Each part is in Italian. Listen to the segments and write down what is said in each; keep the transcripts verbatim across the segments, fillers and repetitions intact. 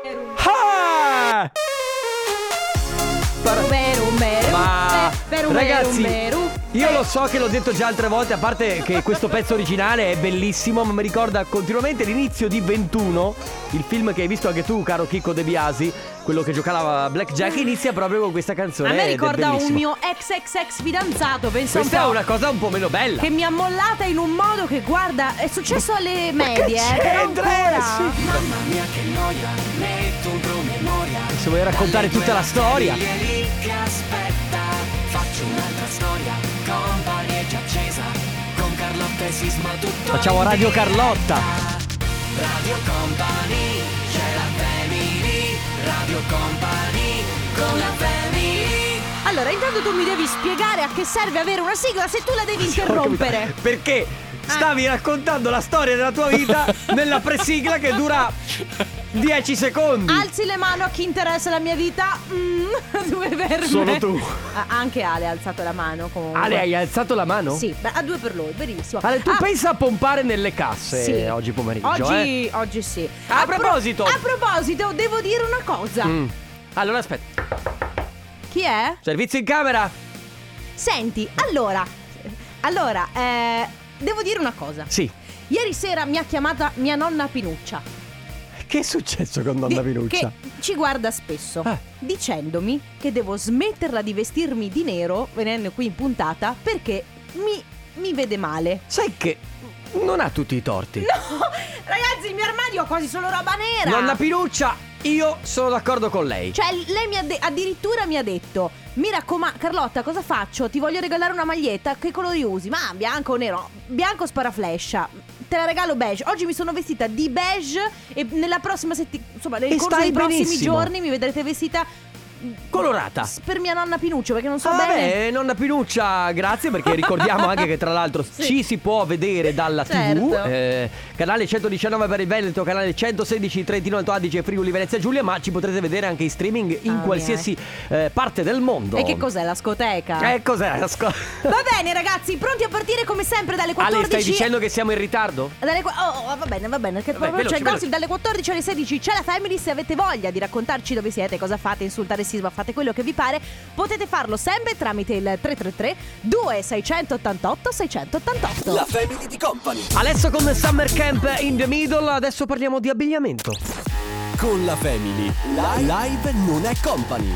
Ah! Beru, beru, Ma beru, ragazzi, beru, io lo so che l'ho detto già altre volte, a parte che questo pezzo originale è bellissimo, ma mi ricorda continuamente l'inizio di ventuno, il film che hai visto anche tu, caro Chicco De Biasi, quello che giocava a Blackjack, inizia proprio con questa canzone. A me ricorda un bellissimo. mio ex ex ex fidanzato, penso Questa un po', è una cosa un po' meno bella. che mi ha mollata in un modo che, guarda, è successo alle medie, eh, però c'entra, ancora. sì. Mamma mia che noia, metto un promemoria. Se vuoi raccontare tutta la storia. Lì e lì che aspetta, faccio un'altra storia. Company è già accesa, con Carlotta e Sisma tutto. Facciamo in Radio diretta. Carlotta. Radio Company, c'è la family. Radio Company, con la family. Allora, intanto tu mi devi spiegare a che serve avere una sigla se tu la devi interrompere. Perché stavi raccontando la storia della tua vita nella presigla che dura dieci secondi. Alzi le mani a chi interessa la mia vita. Mm, due per me. Solo tu. Ah, anche Ale ha alzato la mano comunque. Ale, hai alzato la mano? Sì, beh, a due per lui, benissimo. Ale, tu Ah, pensa a pompare nelle casse sì. oggi pomeriggio, Oggi, eh? oggi sì. A pro- proposito. A proposito, devo dire una cosa. Mm. Allora aspetta, Chi è? servizio in camera? Senti, allora. Allora, eh, devo dire una cosa. Sì. Ieri sera mi ha chiamata mia nonna Pinuccia. Che è successo con nonna Di- Pinuccia? Che ci guarda spesso, Ah. dicendomi che devo smetterla di vestirmi di nero venendo qui in puntata perché mi, mi vede male. Sai che non ha tutti i torti. No, ragazzi, il mio armadio ha quasi solo roba nera. Nonna Pinuccia, io sono d'accordo con lei. Cioè, lei mi ha de- addirittura mi ha detto: mi raccomando, Carlotta, cosa faccio? Ti voglio regalare una maglietta, che colori usi? Ma bianco o nero? Bianco sparaflescia. Te la regalo beige. Oggi mi sono vestita di beige e nella prossima settimana, insomma, nel E corso stai dei prossimi benissimo. giorni mi vedrete vestita Colorata. per mia nonna Pinuccio, perché non so Ah, bene. beh, nonna Pinuccia, grazie, perché ricordiamo anche che tra l'altro Sì. ci si può vedere dalla tivù, Certo. eh, canale centodiciannove per il Veneto, canale centosedici Trentino Alto Adige e Friuli Venezia Giulia, ma ci potrete vedere anche in streaming in Ah, qualsiasi eh, parte del mondo. E che cos'è la scoteca? Eh, cos'è la scuola? Va bene, ragazzi, pronti a partire come sempre dalle Ale, quattordici. stai dicendo che siamo in ritardo? Dalle qu- oh, oh, va bene, va bene. Che Vabbè, proprio veloce, c'è il gossip veloce. dalle quattordici alle sedici. C'è la Family. Se avete voglia di raccontarci dove siete, cosa fate, insultare Sisma, fate quello che vi pare, potete farlo sempre tramite il tre tre tre due sei otto otto sei otto otto. La family di Company. Adesso con Summer Camp in the Middle, adesso parliamo di abbigliamento. Con la family. Live, live non è Company.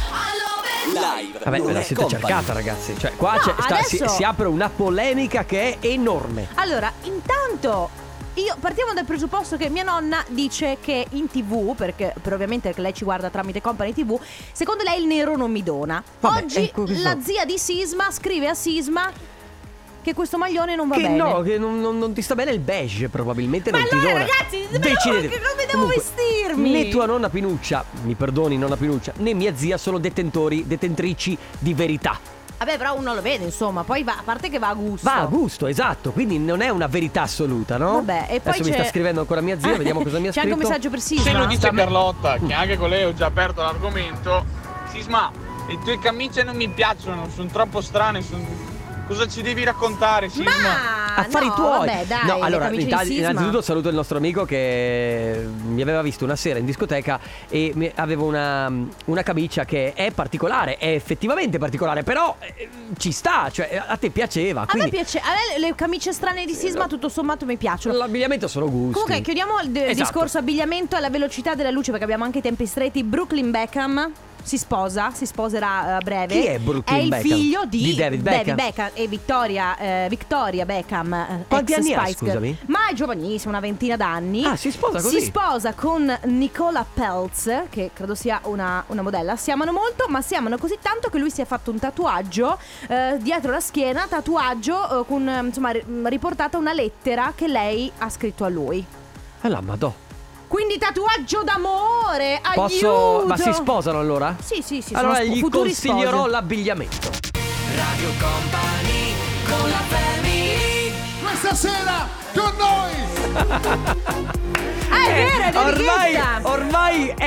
Live. Vabbè, non ve la è siete company. cercata, ragazzi. Cioè, qua No, c'è- sta- si, adesso- si apre una polemica che è enorme. Allora, intanto io partiamo dal presupposto che mia nonna dice che in tv, perché per ovviamente che lei ci guarda tramite Company tivù, secondo lei il nero non mi dona. Vabbè, Oggi ecco, questo- la zia di Sisma scrive a Sisma che questo maglione non va Che bene. no, che non, non- non ti sta bene il beige, probabilmente Ma non ti allora, dona. ragazzi, però Decidete. che- come devo Comunque, vestirmi? Né tua nonna Pinuccia, mi perdoni nonna Pinuccia, né mia zia sono detentori, detentrici di verità. Vabbè, però uno lo vede, insomma, poi va, a parte che va a gusto. Va a gusto, esatto, quindi non è una verità assoluta, no? Vabbè, e poi Adesso mi c'è- sta scrivendo ancora mia zia, vediamo cosa mi ha C'è scritto. anche un messaggio per Se Sisma. lo dice Carlotta, che anche con lei ho già aperto l'argomento. Sisma, le tue camicie non mi piacciono, sono troppo strane. son- Cosa ci devi raccontare, Sisma? Ma Affari no, tuoi. vabbè, dai, no, le allora, camicie di inta- Sisma. innanzitutto saluto il nostro amico che mi aveva visto una sera in discoteca e mi- avevo una, una camicia che è particolare, è effettivamente particolare, però eh, ci sta, cioè a te piaceva. A Quindi me piace, a me le camicie strane di Sisma tutto sommato mi piacciono. l'abbigliamento sono gusti. Comunque chiudiamo il d- Esatto. discorso abbigliamento alla velocità della luce, perché abbiamo anche i tempi stretti. Brooklyn Beckham si sposa, si sposerà a breve. Chi è Brooklyn È il Beckham? figlio di, Di David Beckham. e Victoria, eh, Victoria Beckham. eh, Quanti ex anni ha, Spice Girl. scusami? Ma è giovanissima, una ventina d'anni. Ah, si sposa così? Si sposa con Nicola Peltz, che credo sia una, una modella. Si amano molto, ma si amano così tanto che lui si è fatto un tatuaggio eh, dietro la schiena, tatuaggio eh, con eh, insomma ri- riportata una lettera che lei ha scritto a lui. Allora, madò. Quindi tatuaggio d'amore, aiuto! Posso. Ma si sposano allora? Sì, sì, sì. Allora sono spo- gli futuri consiglierò sposi. l'abbigliamento. Radio Company, con la family. Questa sera con noi. Ah, è vero, è ormai, Verighetta! ormai è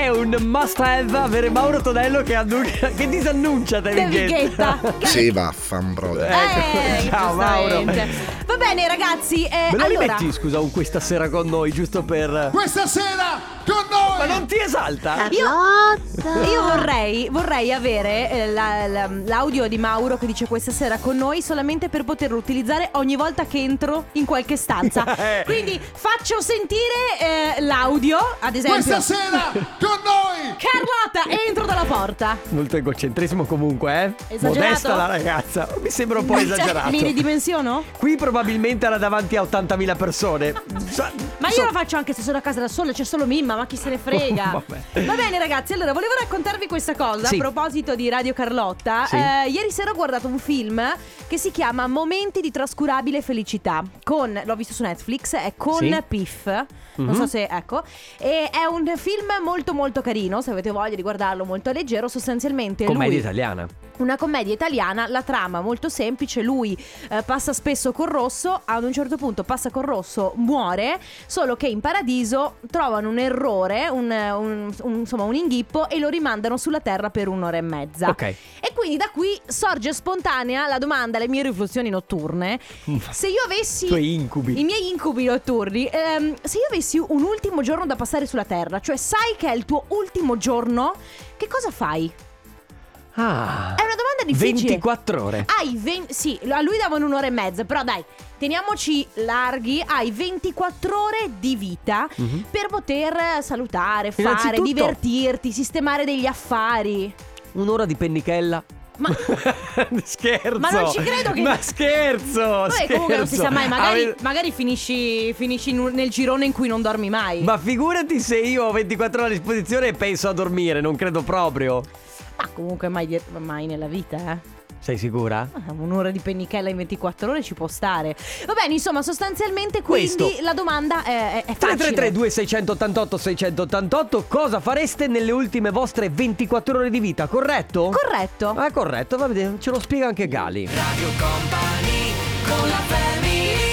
è un must have avere Mauro Tonello che, annuncia, che disannuncia Davighetta. Sì, vaffan brother. Eh, Ciao Mauro. giustamente. Va bene ragazzi, eh, Me lo allora rimetti scusa un questa sera con noi giusto per... Questa sera con noi! Ma non ti esalta? io, io vorrei, vorrei avere eh, la- la- l'audio di Mauro che dice questa sera con noi solamente per poterlo utilizzare ogni volta che entro in qualche stanza. Quindi faccio sentire eh, l'audio, ad esempio. Questa sera con noi! Carlotta, entro dalla porta. Molto egocentrismo comunque, eh? Esagerato? Modesta la ragazza. Mi sembra un po' Cioè, esagerato. mi ridimensiono? Qui probabilmente era davanti a ottantamila persone. Sa- Ma io so- lo faccio anche se sono a casa da sola, c'è solo Mimma, ma chi se ne frega. Vabbè. Va bene ragazzi, allora volevo raccontarvi questa cosa Sì. a proposito di Radio Carlotta. Sì. Eh, ieri sera ho guardato un film che si chiama Momenti di trascurabile felicità. Con, l'ho visto su Netflix, è con Sì. Piff. Non Mhm. so se, ecco. E è un film molto molto carino, se avete voglia di guardarlo, molto leggero. Sostanzialmente Commedia lui, italiana. una commedia italiana, la trama molto semplice, lui eh, passa spesso col rosso, ad un certo punto passa col rosso, muore, solo che in paradiso trovano un errore, un, un- un- insomma un inghippo e lo rimandano sulla terra per un'ora e mezza. Ok. E quindi da qui sorge spontanea la domanda, le mie riflessioni notturne, se io avessi... I tuoi incubi. I miei incubi notturni, ehm, se io avessi un ultimo giorno da passare sulla terra, cioè sai che è il tuo ultimo giorno, che cosa fai? Ah. È una domanda difficile. ventiquattro ore. Hai ven- sì, a lui davano un'ora e mezza, però dai, teniamoci larghi, hai ventiquattro ore di vita Mhm. per poter salutare, fare, Innanzitutto- divertirti, sistemare degli affari. Un'ora di pennichella. Ma Scherzo. Ma non ci credo che- Ma scherzo. vabbè, scherzo. comunque non si sa mai, magari, Ave- magari finisci, finisci in un- nel girone in cui non dormi mai. Ma figurati se io ho ventiquattro ore a disposizione e penso a dormire. Non credo proprio. Ma comunque mai, di- mai nella vita, eh. Sei sicura? Ah, un'ora di pennichella in ventiquattro ore ci può stare. Va bene, insomma, sostanzialmente quindi Questo. la domanda è, è, è tre facile. tre tre due sei otto otto sei otto otto. Cosa fareste nelle ultime vostre ventiquattro ore di vita, corretto? Corretto. Ah, corretto, va bene, ce lo spiega anche Gali. Radio Company con la family.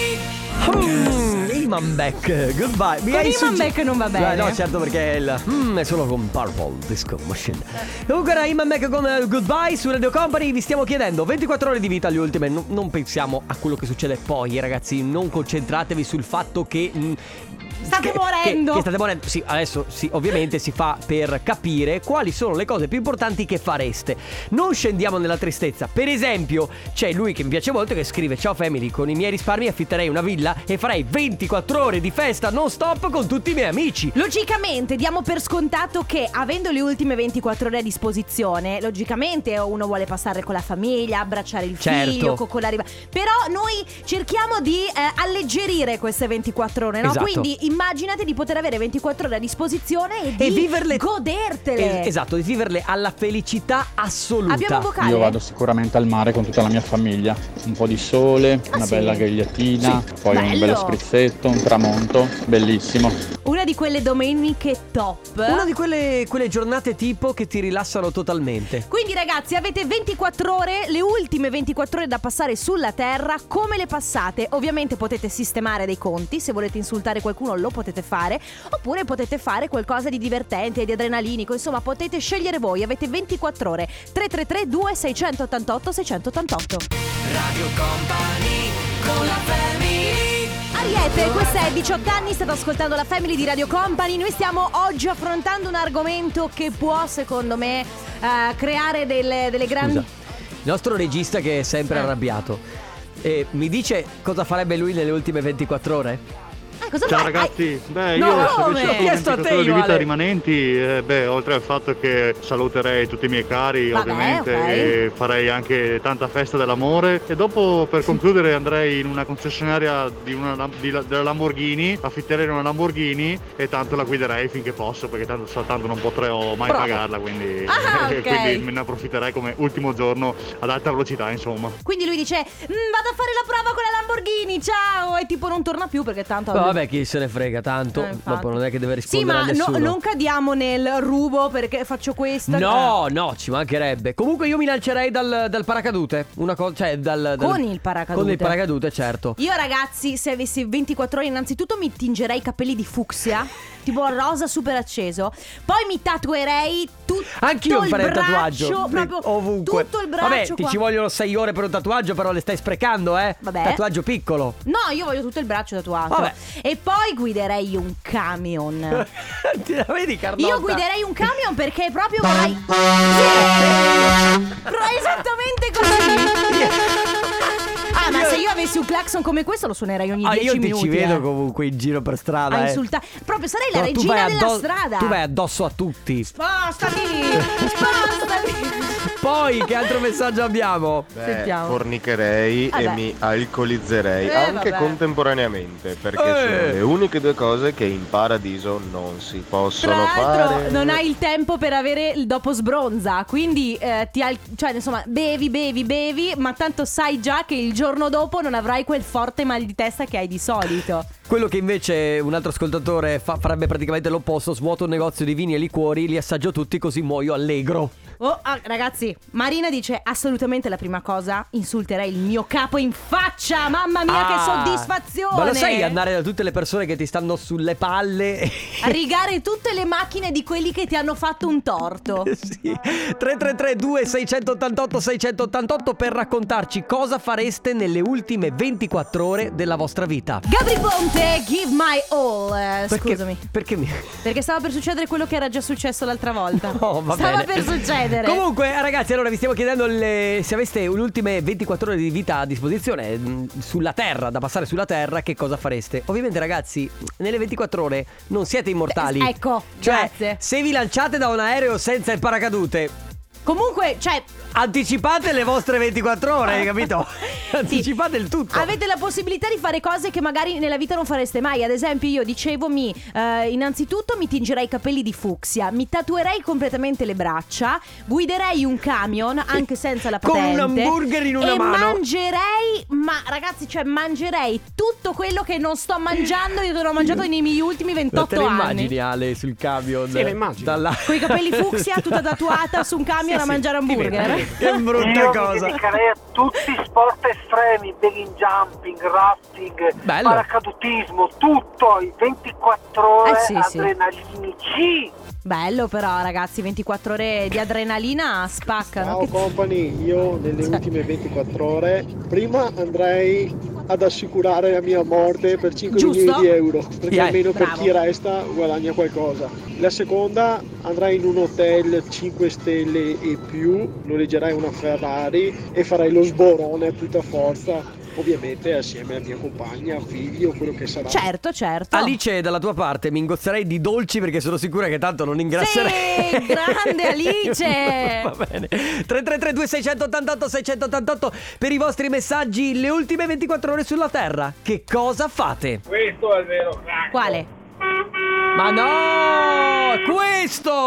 Hmm, Iman Beck, goodbye. Mi Con hai Iman sugge- Beck non va bene. Eh, no, certo, perché il mm, è solo con Purple Disco Machine. Comunque era Iman Beck con eh, Goodbye su Radio Company. Vi stiamo chiedendo ventiquattro ore di vita, le ultime. No- non pensiamo a quello che succede poi, ragazzi. Non concentratevi sul fatto che mm, State che- morendo. Che, che state morendo. Sì, adesso sì, ovviamente si fa per capire quali sono le cose più importanti che fareste. Non scendiamo nella tristezza. Per esempio, c'è lui che mi piace molto che scrive: ciao family, con i miei risparmi affitterei una villa e farei ventiquattro ore di festa non stop con tutti i miei amici. Logicamente diamo per scontato che avendo le ultime ventiquattro ore a disposizione, logicamente uno vuole passare con la famiglia, abbracciare il Certo. figlio, coccolare. Però noi cerchiamo di eh, alleggerire queste ventiquattro ore, no? Esatto. Quindi immaginate di poter avere ventiquattro ore a disposizione e di E viverle godertele. Es- esatto, di viverle alla felicità assoluta. Abbiamo un vocale. Io vado sicuramente al mare con tutta la mia famiglia. Un po' di sole, Ah, una sì? bella gagliatina, Sì. poi Bello. un bello sprizzetto, un tramonto, bellissimo. Una di quelle domeniche top. Una di quelle, quelle giornate tipo che ti rilassano totalmente. Quindi ragazzi avete ventiquattro ore, le ultime ventiquattro ore da passare sulla terra. Come le passate? Ovviamente potete sistemare dei conti, se volete insultare qualcuno lo potete fare, oppure potete fare qualcosa di divertente, di adrenalinico, insomma potete scegliere voi. Avete ventiquattro ore. Tre tre tre due sei otto otto sei otto otto. Radio Company con la family. Ariete, questa è diciotto anni, state ascoltando la Family di Radio Company. Noi stiamo oggi affrontando un argomento che può, secondo me, eh, creare delle, delle grandi... Scusa, il nostro regista che è sempre Eh. arrabbiato eh, mi dice cosa farebbe lui nelle ultime ventiquattro ore? Eh, cosa Ciao fai? ragazzi, beh No, io se come? avessi avuto Chiesto a te, ventiquattro ore di vita Ale. rimanenti, eh, beh oltre al fatto che saluterei tutti i miei cari Vabbè, ovviamente ok. e farei anche tanta festa dell'amore e dopo per concludere andrei in una concessionaria di una, Lam- di la- della Lamborghini, affitterei una Lamborghini e tanto la guiderei finché posso perché tanto, so- tanto non potrò mai Bravo. pagarla quindi, Ah, ok. quindi me ne approfitterei come ultimo giorno ad alta velocità insomma. Quindi lui dice "Mm, vado a fare la prova con la Lamborghini, ciao", e tipo non torna più perché tanto ha No, due vabbè, chi se ne frega tanto. Eh, Dopo non è che deve Sì, rispondere ma a no- nessuno. non cadiamo nel rubo perché faccio questo. No, no, ci mancherebbe. Comunque io mi lancerei dal, dal paracadute. Una cosa, cioè dal, dal- Con il paracadute. Con il paracadute, certo. Io ragazzi, se avessi ventiquattro ore, innanzitutto mi tingerei i capelli di fucsia, tipo rosa super acceso. Poi mi tatuerei tutto Anch'io il farei il braccio, tatuaggio proprio ovunque. tutto il braccio. Vabbè, ti qua. ci vogliono sei ore per un tatuaggio, però le stai sprecando, eh. Vabbè. Tatuaggio piccolo. No, io voglio tutto il braccio tatuato. Vabbè. E poi guiderei un camion. Ti la vedi, Carlotta? Io guiderei un camion perché proprio vorrei. Sì! Però esattamente così. Ah, ma se io avessi un clacson come questo lo suonerei ogni Ah, dieci io ti minuti. ci vedo eh. comunque in giro per strada. A eh. insultare. Proprio sarei la No, tu regina vai della addo- strada. Tu vai addosso a tutti. Spostati! Spostati! Poi, che altro messaggio abbiamo? Sentiamo. Fornicherei Vabbè. e mi alcolizzerei Eh, anche vabbè. contemporaneamente, perché Eh. sono le uniche due cose che in paradiso non si Tra possono l'altro fare. non hai il tempo per avere il dopo sbronza. Quindi eh, ti al- cioè insomma bevi, bevi, bevi, ma tanto sai già che il giorno dopo non avrai quel forte mal di testa che hai di solito. Quello che invece un altro ascoltatore fa- farebbe praticamente l'opposto. Svuoto un negozio di vini e liquori, li assaggio tutti così muoio allegro. Oh, ah, ragazzi, Marina dice assolutamente la prima cosa, insulterei il mio capo in faccia. Mamma mia, che Ah, soddisfazione. ma lo sai andare da tutte le persone che ti stanno sulle palle? A rigare tutte le macchine di quelli che ti hanno fatto un torto. Sì. tre tre tre due sei otto otto sei otto otto per raccontarci cosa fareste nelle ultime ventiquattro ore della vostra vita. Gabri Ponte, give my all. Eh, Perché, Scusami. Perché mi... Perché stava per succedere quello che era già successo l'altra volta. Oh, va stava bene. per succedere. Comunque, ragazzi, allora vi stiamo chiedendo le- se aveste le ultime ventiquattro ore di vita a disposizione mh, sulla Terra, da passare sulla Terra, che cosa fareste? Ovviamente, ragazzi, nelle ventiquattro ore non siete immortali. Eh, ecco, Cioè, grazie. se vi lanciate da un aereo senza il paracadute, Comunque, cioè, anticipate le vostre ventiquattro ore, hai capito? sì, Anticipate il tutto. avete la possibilità di fare cose che magari nella vita non fareste mai. Ad esempio, io dicevo, mi eh, innanzitutto mi tingerei i capelli di fucsia, mi tatuerei completamente le braccia, guiderei un camion anche senza la Con patente, un hamburger in una e mano. mangerei, ma ragazzi, cioè mangerei tutto quello che non sto mangiando, io non ho mangiato nei miei ultimi Ma te ventotto le anni. immagini, Ale, sul camion? Sì, le immagino. Dalla... Con i capelli fucsia, tutta tatuata su un camion a mangiare hamburger. Che brutta Io cosa. mi dedicherei a tutti sport estremi, bungee jumping, rafting, Bello. paracadutismo, tutto, i ventiquattro ore, Eh sì, sì. adrenalinici. Bello però ragazzi, ventiquattro ore di adrenalina spaccano. Ciao Che- company, io nelle ultime ventiquattro ore prima andrei ad assicurare la mia morte per cinque Giusto. milioni di euro, perché Yeah. almeno per Bravo. chi resta guadagna qualcosa. La seconda, andrei in un hotel cinque stelle e più, noleggerai una Ferrari e farei lo sborone a tutta forza, ovviamente assieme alla mia compagna, figli o quello che sarà. Certo, certo. Alice, dalla tua parte mi ingozzerei di dolci perché sono sicura che tanto non ingrasserei. Sì, grande Alice. Va bene. tre tre tre due sei otto otto sei otto otto per i vostri messaggi. Le ultime ventiquattro ore sulla Terra, che cosa fate? Questo è il vero crack. Quale? Ma no! Questo!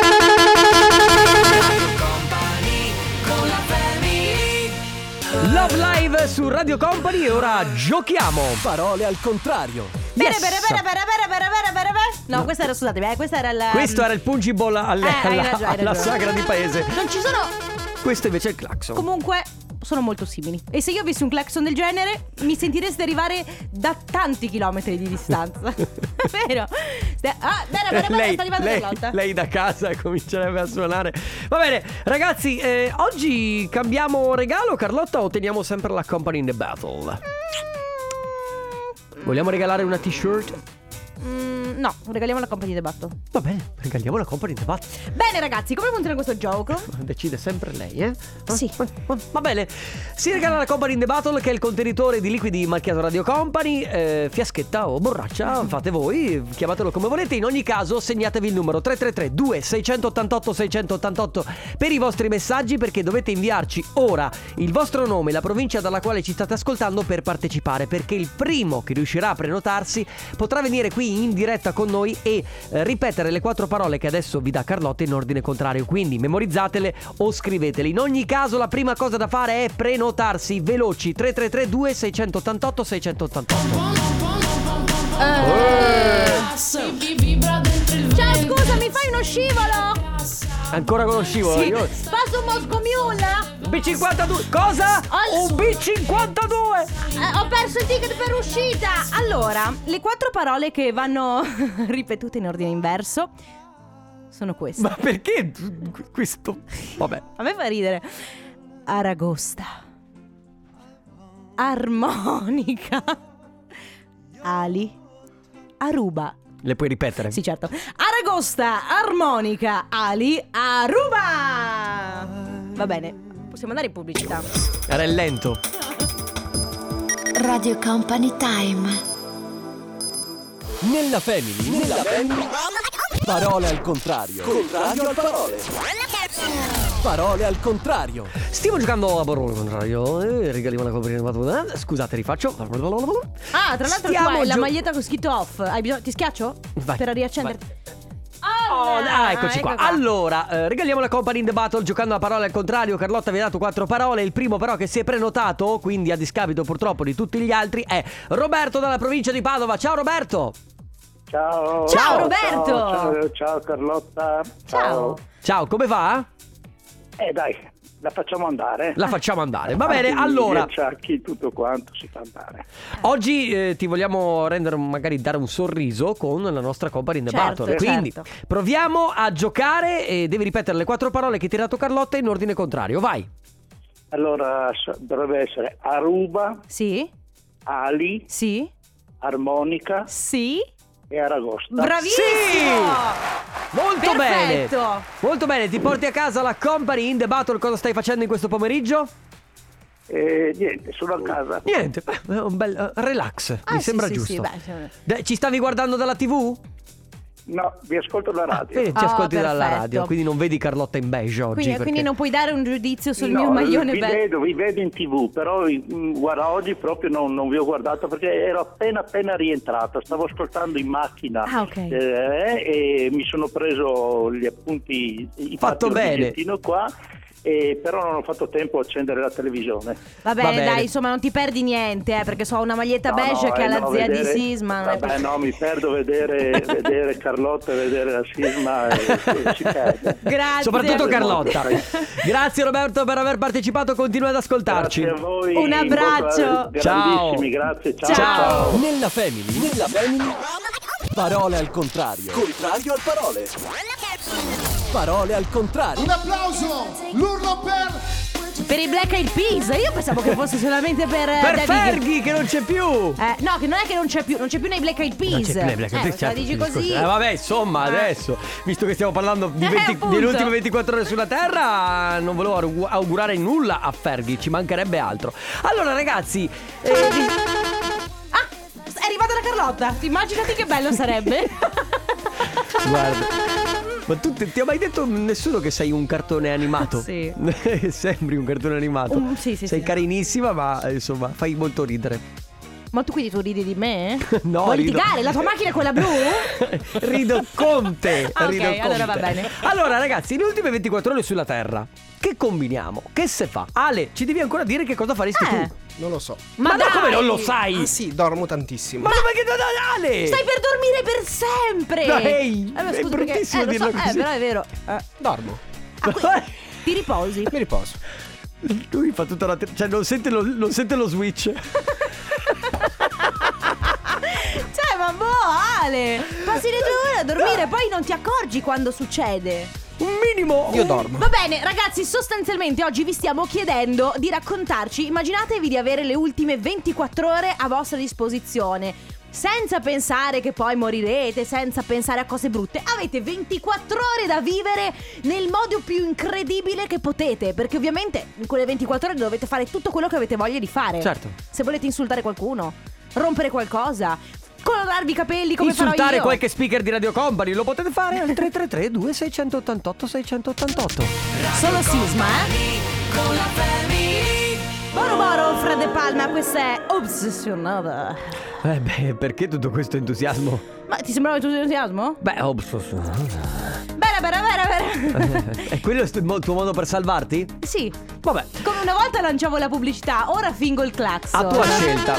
Company con la family. Love Live su Radio Company e ora giochiamo. Parole al contrario. Bene, Yes. bene, bene, bene, bene, bene, bene, bene, bene. No, questa era, scusate, eh, questa era il... Questo era il pungible alle- Eh, hai alla, ragione, hai alla ragione. sagra di paese. Non ci sono... Questo invece è il clacson. Comunque sono molto simili. E se io avessi un clacson del genere mi sentireste arrivare da tanti chilometri di distanza. Vero? Ste- Ah, bene, bene, bene, lei, sta arrivando lei, Carlotta. lei da casa comincerebbe a suonare. Va bene, ragazzi, eh, oggi cambiamo regalo, Carlotta, o teniamo sempre la Company in the Battle? Vogliamo regalare una t-shirt? Mm, no, regaliamo la compagnia di batto. Va bene, regaliamo la Company in the Battle. Bene ragazzi, come funziona questo gioco? Decide sempre lei, eh? Sì. Va bene. Si regala la Company in the Battle, che è il contenitore di liquidi marchiato Radio Company, eh, fiaschetta o borraccia, fate voi, chiamatelo come volete. In ogni caso segnatevi il numero tre tre tre due sei otto otto sei otto otto per i vostri messaggi, perché dovete inviarci ora il vostro nome e la provincia dalla quale ci state ascoltando per partecipare, perché il primo che riuscirà a prenotarsi potrà venire qui in diretta con noi e eh, ripetere le quattro parole che adesso vi dà Carlotta in ordine contrario, quindi memorizzatele o scrivetele. In ogni caso la prima cosa da fare è prenotarsi veloci. Tre tre tre due sei otto otto sei otto otto. Ciao, scusa, mi fai uno scivolo? Ancora con lo scivolo? Sì. Io... Passo un Moscow Mule? B cinquantadue. Cosa? Ho- Un B cinquantadue. Eh, ho perso il ticket per uscita. Allora, le quattro parole che vanno ripetute in ordine inverso sono queste. Ma perché questo? Vabbè. A me fa ridere. Aragosta, armonica, ali, Aruba. Le puoi ripetere? Sì, certo. Aragosta, armonica, ali, Aruba. Va bene, possiamo andare in pubblicità. Era il lento. Radio Company Time. Nella Family, nella Family, parole al contrario. Contrario al parole. Parole al contrario. Stiamo giocando a parole al contrario. Eh, regaliamo la copertina. Scusate, rifaccio. Ah, tra l'altro Stiamo qua è la gio- maglietta con scritto off. Hai bisogno... Ti schiaccio? Vai, Per riaccenderti. Oh, ah, eccoci qua. ecco qua. Allora, eh, regaliamo la Company in the Battle giocando a parole al contrario. Carlotta vi ha dato quattro parole. Il primo però che si è prenotato, quindi a discapito purtroppo di tutti gli altri, è Roberto dalla provincia di Padova. Ciao Roberto. Ciao. Ciao, Roberto. Ciao, ciao, ciao Carlotta. Ciao. Ciao, come va? Eh dai, la facciamo andare. La facciamo andare. Va bene, Anche allora. gli acciacchi, tutto quanto si fa andare. Oggi eh, ti vogliamo rendere, magari dare un sorriso con la nostra Company in the Certo, Battle. Quindi certo. proviamo a giocare e devi ripetere le quattro parole che ti ha dato Carlotta in ordine contrario. Vai. Allora so- dovrebbe essere Aruba, Sì, ali, sì, armonica sì. e aragosta. Bravissimo. Molto Perfetto. bene. Molto bene, ti porti a casa la Company in the Battle. Cosa stai facendo in questo pomeriggio? E niente, sono a casa. Niente, beh, un bel eh, relax. Ah, Mi sì, sembra sì, giusto. sì, beh, sì. De- ci stavi guardando dalla tivù? No, vi ascolto la radio. Vedi, ci Oh, ascolti dalla perfetto. radio, quindi non vedi Carlotta in beige oggi. Quindi, perché... quindi non puoi dare un giudizio sul No, mio maglione vi bello. vedo, vi vedo in tv, però mm, guarda, oggi proprio non, non vi ho guardato perché ero appena appena rientrato, stavo ascoltando in macchina Ah, ok. eh, e mi sono preso gli appunti, i Fatto fatti bene. un bigliettino qua, e però non ho fatto tempo a accendere la televisione. Va bene, Va bene. dai, insomma, non ti perdi niente, eh, perché so ho una maglietta No, beige no, che eh, ha la no, zia vedere- di Sisma. non è Vabbè, per- no, mi perdo vedere, vedere Carlotta e vedere la Sisma e, e si perde. Grazie. Soprattutto Grazie Carlotta. molto. Grazie Roberto per aver partecipato. Continua ad ascoltarci. Grazie a voi. Un abbraccio. Grandissimi, grazie. Ciao. Ciao. Nella Family, nella Family, parole al contrario. Contrario al parole. Parole al contrario. Un applauso, l'urlo per Per i Black Eyed Peas. Io pensavo che fosse solamente per eh, Per David- Fergie che non c'è più. Eh, no, che non è che non c'è più, non c'è più nei Black Eyed Peas. Non c'è più nei Black Eyed eh, Peas, se la certo, dici ti così. discorso. Eh, vabbè, insomma, Eh. adesso, visto che stiamo parlando di Eh, venti appunto. delle ultime ventiquattro ore sulla Terra, non volevo aug- augurare nulla a Fergie, ci mancherebbe altro. Allora, ragazzi, eh, vi- Ah, è arrivata la Carlotta. Immaginati che bello sarebbe. guarda. Ma tu ti, ti ha mai detto nessuno che sei un cartone animato? Sì. Sembri un cartone animato. Um, sì, sì, sei sì. carinissima, ma eh, insomma, fai molto ridere. Ma tu quindi tu ridi di me? No, Vuoi rido- litigare? La tua macchina è quella blu? Rido con te. Ah, ok, rido con allora va te. bene. Allora, ragazzi, le ultime ventiquattro ore sulla Terra, che combiniamo? Che se fa? Ale, ci devi ancora dire che cosa faresti Eh. tu? Non lo so. Ma, no, dai! come non lo sai? Ah sì, dormo tantissimo. Ma perché no, no, Ale? Stai per dormire per sempre. Dai, ma è scusa, perché- bruttissimo eh, lo so, dirlo così. Eh, però è vero. Eh, Dormo. ah, quindi ti riposi. Mi riposo. Lui fa tutta la te- cioè non sente lo, non sente lo switch. Cioè, ma boh, Ale, passi le tue ore a dormire, poi non ti accorgi quando succede. Un minimo. Io dormo. Va bene, ragazzi, sostanzialmente oggi vi stiamo chiedendo di raccontarci. Immaginatevi di avere le ultime ventiquattro ore a vostra disposizione, senza pensare che poi morirete, senza pensare a cose brutte. Avete ventiquattro ore da vivere nel modo più incredibile che potete, perché ovviamente in quelle ventiquattro ore dovete fare tutto quello che avete voglia di fare. Certo. Se volete insultare qualcuno, rompere qualcosa, colorarvi i capelli come farò Insultare io. qualche speaker di Radio Company lo potete fare al tre tre tre due sei otto otto sei otto otto. Solo Sisma, eh? Con la family. Boro Boro, Fra De Palma, questa è Obsessionata. Eh beh, perché tutto questo entusiasmo? Ma ti sembrava tutto entusiasmo? Beh, obsessionata. Bene, bene, bene, bene. È quello il tuo modo per salvarti? Sì. Vabbè. Come una volta lanciavo la pubblicità, ora fingo il clacson. A tua scelta.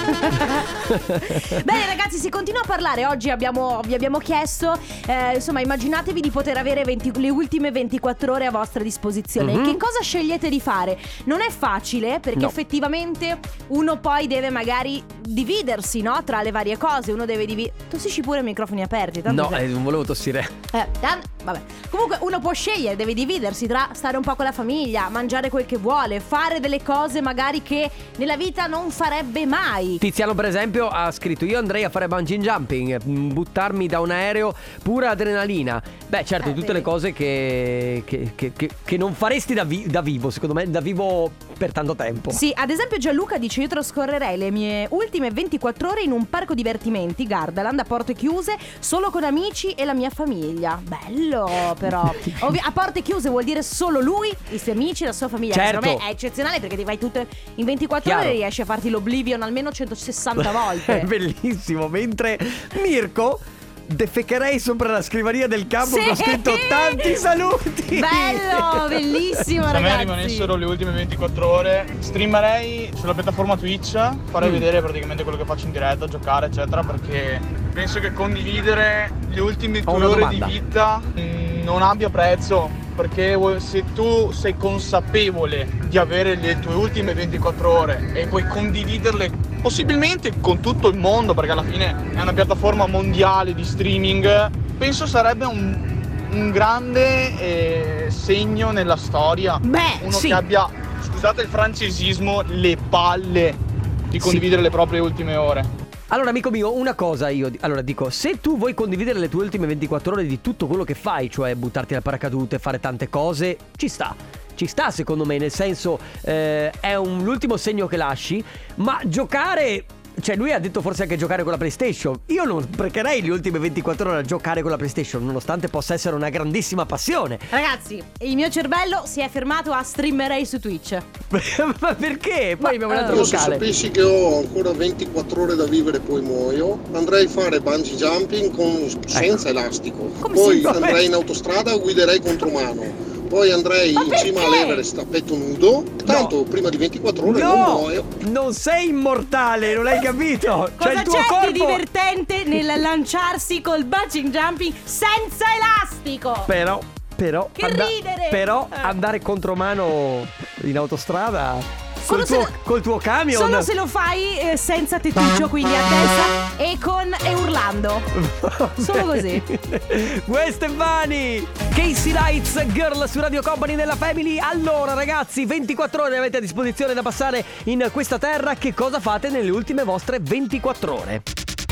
Bene ragazzi, si continua a parlare. Oggi abbiamo, vi abbiamo chiesto eh, insomma, immaginatevi di poter avere venti, le ultime ventiquattro ore a vostra disposizione. Mhm. Che cosa scegliete di fare? Non è facile, perché No. effettivamente uno poi deve magari dividersi, no? Tra le varie cose. Uno deve dividere. Tossisci pure i microfoni aperti tanto No, sei- eh, non volevo tossire. Eh, tan- vabbè. Comunque uno può scegliere, deve dividersi tra stare un po' con la famiglia, mangiare quel che vuole, fare delle cose magari che nella vita non farebbe mai. Tiziano per esempio ha scritto: io andrei a fare bungee jumping, mm, buttarmi da un aereo, pura adrenalina. Beh certo, Eh, tutte vedi. le cose che, che, che, che, che non faresti da, vi- da vivo, secondo me, da vivo per tanto tempo. Sì, ad esempio Gianluca dice: io trascorrerei le mie ultime ventiquattro ore in un parco divertimenti, Gardaland, a porte chiuse, solo con amici e la mia famiglia. Bello però. Ovvi- a porte chiuse vuol dire solo lui, i suoi amici, la sua famiglia. Certo. Secondo me è eccezionale, perché ti vai tutte in ventiquattro Chiaro. ore, riesci a farti l'Oblivion almeno centosessanta È volte. bellissimo. Mentre Mirko: defecherei sopra la scrivania del campo Sì. che ho scritto tanti saluti. Bello, bellissimo Se a me ragazzi. rimanessero le ultime ventiquattro ore, streamerei sulla piattaforma Twitch, farei Mm. vedere praticamente quello che faccio in diretta, giocare eccetera, perché penso che condividere le ultime Ho tue una ore domanda. di vita mm, non abbia prezzo, perché se tu sei consapevole di avere le tue ultime ventiquattro ore e puoi condividerle possibilmente con tutto il mondo, perché alla fine è una piattaforma mondiale di streaming, penso sarebbe un un grande eh, segno nella storia. Beh, uno sì. che abbia, scusate il francesismo, le palle di condividere le proprie ultime ore. Allora amico mio, una cosa io Allora dico, se tu vuoi condividere le tue ultime ventiquattro ore di tutto quello che fai, cioè buttarti dal paracadute, fare tante cose, ci sta. Ci sta secondo me, nel senso eh, è un, l'ultimo segno che lasci. Ma giocare, cioè lui ha detto forse anche giocare con la PlayStation. Io non sprecherei le ultime ventiquattro ore a giocare con la PlayStation, nonostante possa essere una grandissima passione. Ragazzi, il mio cervello si è fermato a streamerei su Twitch. Ma perché? Poi abbiamo un altro Io se locale. sapessi che ho ancora ventiquattro ore da vivere e poi muoio, andrei a fare bungee jumping con, senza elastico. Come Poi senza- andrei in autostrada e guiderei contromano. Poi andrei Ma in cima perché? all'Everest a petto nudo. Tanto prima di ventiquattro ore non No, muoio. non sei immortale, non hai capito? Cioè Cosa il tuo c'è corpo di divertente nel lanciarsi col bungee jumping senza elastico? Però, però Che ridere! Però Eh. andare contromano in autostrada Solo col se tuo, lo- col tuo camion. Solo se lo fai eh, senza tettuccio, quindi a testa e con e urlando. Solo così. Gwen Stefani, Casey Lights, Girl su Radio Company nella Family. Allora ragazzi, ventiquattro ore avete a disposizione da passare in questa terra. Che cosa fate nelle ultime vostre ventiquattro ore?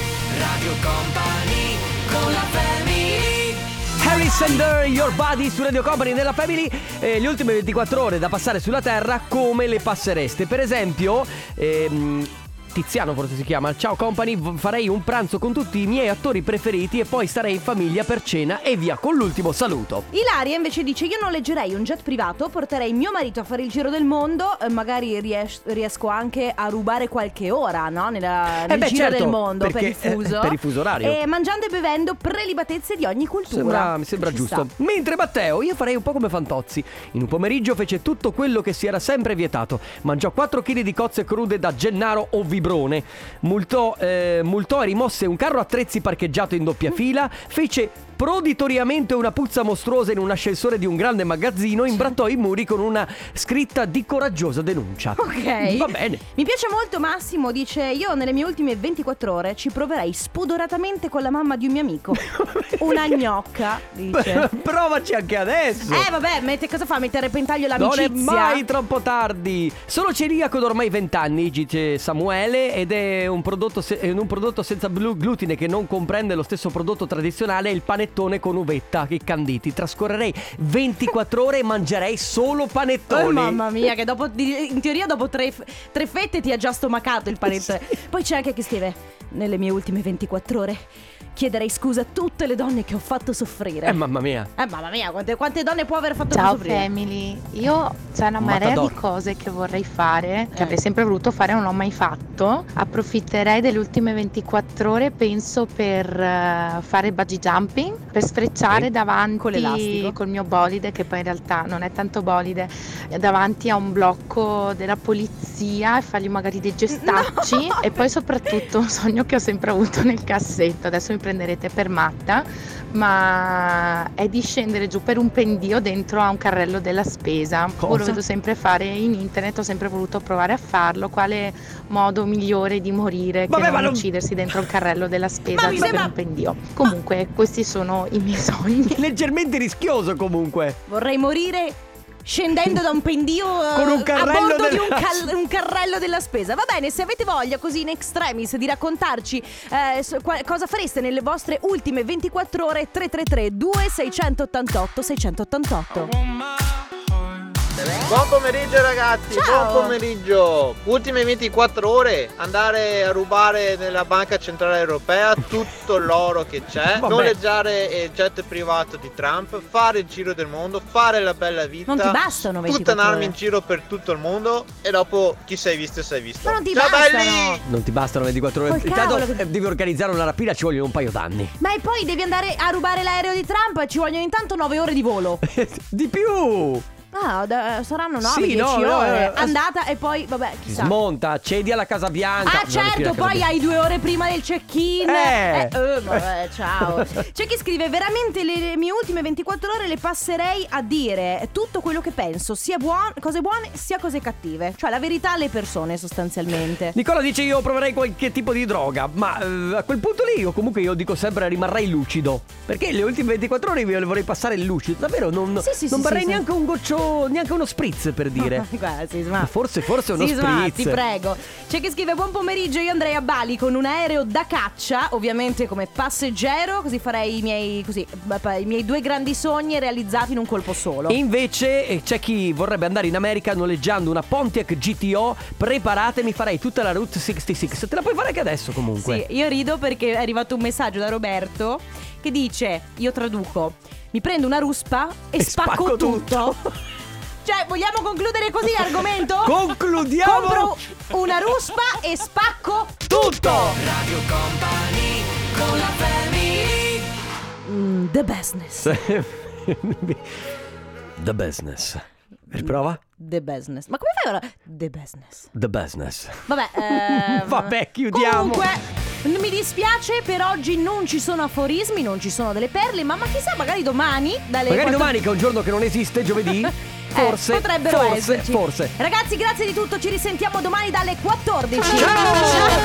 Radio Company con la family. Harris and Your Body su Radio Company nella Family. Eh, le ultime ventiquattro ore da passare sulla terra, come le passereste? Per esempio ehm, Tiziano forse si chiama: ciao Company, v- farei un pranzo con tutti i miei attori preferiti e poi starei in famiglia per cena e via con l'ultimo saluto. Ilaria invece dice: io noleggerei un jet privato, porterei mio marito a fare il giro del mondo, eh, magari ries- riesco anche a rubare qualche ora, no? Nella, nel beh, giro certo, del mondo, perché, per il fuso eh, per il fuso orario. E mangiando e bevendo prelibatezze di ogni cultura. Sembra, mi sembra Ci giusto. sta. Mentre Matteo, io farei un po' come Fantozzi. In un pomeriggio fece tutto quello che si era sempre vietato. Mangiò quattro chili di cozze crude da Gennaro o Vibrone. Multò, eh, multò e rimosse un carro attrezzi parcheggiato in doppia fila. Fece proditoriamente una puzza mostruosa in un ascensore di un grande magazzino. Imbrattò i muri con una scritta di coraggiosa denuncia. Ok. Va bene. Mi piace molto Massimo, dice: io nelle mie ultime ventiquattro ore ci proverei spudoratamente con la mamma di un mio amico. Una gnocca, dice. Provaci anche adesso. Eh vabbè, mette, cosa fa? Mette a repentaglio Non l'amicizia? è mai troppo tardi. Sono celiaco da ormai vent'anni, dice Samuele, ed è un prodotto, se- è un prodotto senza blu- glutine che non comprende lo stesso prodotto tradizionale, il panettone con uvetta e canditi. Trascorrerei ventiquattro ore e mangerei solo panettoni. Oh, mamma mia, che dopo di- in teoria dopo tre, f- tre fette ti ha già stomacato il panettone. Poi c'è anche chi scrive: nelle mie ultime ventiquattro ore chiederei scusa a tutte le donne che ho fatto soffrire. Eh mamma mia. Eh mamma mia, quante, quante donne può aver fatto Ciao soffrire? family, io c'è una marea Matador. di cose che vorrei fare, che avrei sempre voluto fare e non l'ho mai fatto. Approfitterei delle ultime ventiquattro ore, penso, per uh, fare bungee jumping, per sfrecciare Sì. davanti Con l'elastico. col mio bolide, che poi in realtà non è tanto bolide, davanti a un blocco della polizia e fargli magari dei gestacci. E poi soprattutto un sogno che ho sempre avuto nel cassetto, adesso mi prenderete per matta, ma è di scendere giù per un pendio dentro a un carrello della spesa. Cosa? Io lo vedo sempre fare in internet, ho sempre voluto provare a farlo. Quale modo migliore di morire che Vabbè, non ma non- uccidersi dentro un carrello della spesa Ma mi giù per sembra- un pendio? Comunque questi sono i miei sogni. Leggermente rischioso comunque. Vorrei morire scendendo da un pendio eh, Con un carrello a bordo del- di un, cal- un carrello della spesa. Va bene, se avete voglia così in extremis di raccontarci eh, so- qua- cosa fareste nelle vostre ultime ventiquattro ore, tre tre tre due sei otto otto sei otto otto. Buon pomeriggio ragazzi, Ciao. buon pomeriggio. Ultime ventiquattro ore, andare a rubare nella banca centrale europea tutto l'oro che c'è, Vabbè. noleggiare il jet privato di Trump, fare il giro del mondo, fare la bella vita. Non ti bastano ventiquattro puttanarmi ore. in giro per tutto il mondo e dopo chi sei visto sei visto. Ma non ti Ciao bastano. belli! Non ti bastano ventiquattro ore. Col Intanto cavolo che- eh, devi organizzare una rapina, ci vogliono un paio d'anni. Ma e poi devi andare a rubare l'aereo di Trump, ci vogliono intanto nove ore di volo. Di più. Ah, da- saranno nove Sì, dieci no, no, ore. eh, Andata e poi, vabbè, chissà. Smonta, cedi alla Casa Bianca. Ah No, certo, respira Casa poi Bianca. hai due ore prima del check-in. Eh. eh, eh, vabbè, ciao. C'è chi scrive: veramente le, le mie ultime ventiquattro ore le passerei a dire tutto quello che penso, sia buone, cose buone sia cose cattive. Cioè la verità alle persone sostanzialmente. Nicola dice io proverei qualche tipo di droga. Ma eh, a quel punto lì io comunque io dico sempre rimarrei lucido. Perché le ultime ventiquattro ore io le vorrei passare lucido. Davvero non, Sì, sì, non sì, vorrei sì, neanche un goccio, neanche uno spritz per dire. Guarda, Sisma. Ma forse, forse uno Sisma, spritz. ti prego. C'è chi scrive: buon pomeriggio, io andrei a Bali con un aereo da caccia, ovviamente come passeggero, così farei i miei, così, i miei due grandi sogni realizzati in un colpo solo. E invece eh, c'è chi vorrebbe andare in America noleggiando una Pontiac G T O. Preparatemi, farei tutta la Route sessantasei. Te la puoi fare anche adesso comunque. Sì, io rido perché è arrivato un messaggio da Roberto che dice, io traduco: mi prendo una ruspa e, E spacco, spacco tutto. Cioè, vogliamo concludere così l'argomento? Concludiamo. Compro una ruspa e spacco tutto. Radio Company con la family. Mm, the business. The business. Riprova? The business. Ma come fai ora? The business. The business. Vabbè, ehm, Vabbè, chiudiamo. Comunque, mi dispiace, per oggi non ci sono aforismi, non ci sono delle perle, ma, ma chissà, magari domani dalle Magari quattro- domani che è un giorno che non esiste, giovedì. Forse, eh, potrebbero forse, esserci. forse. Ragazzi, grazie di tutto, ci risentiamo domani dalle quattordici. Ciao!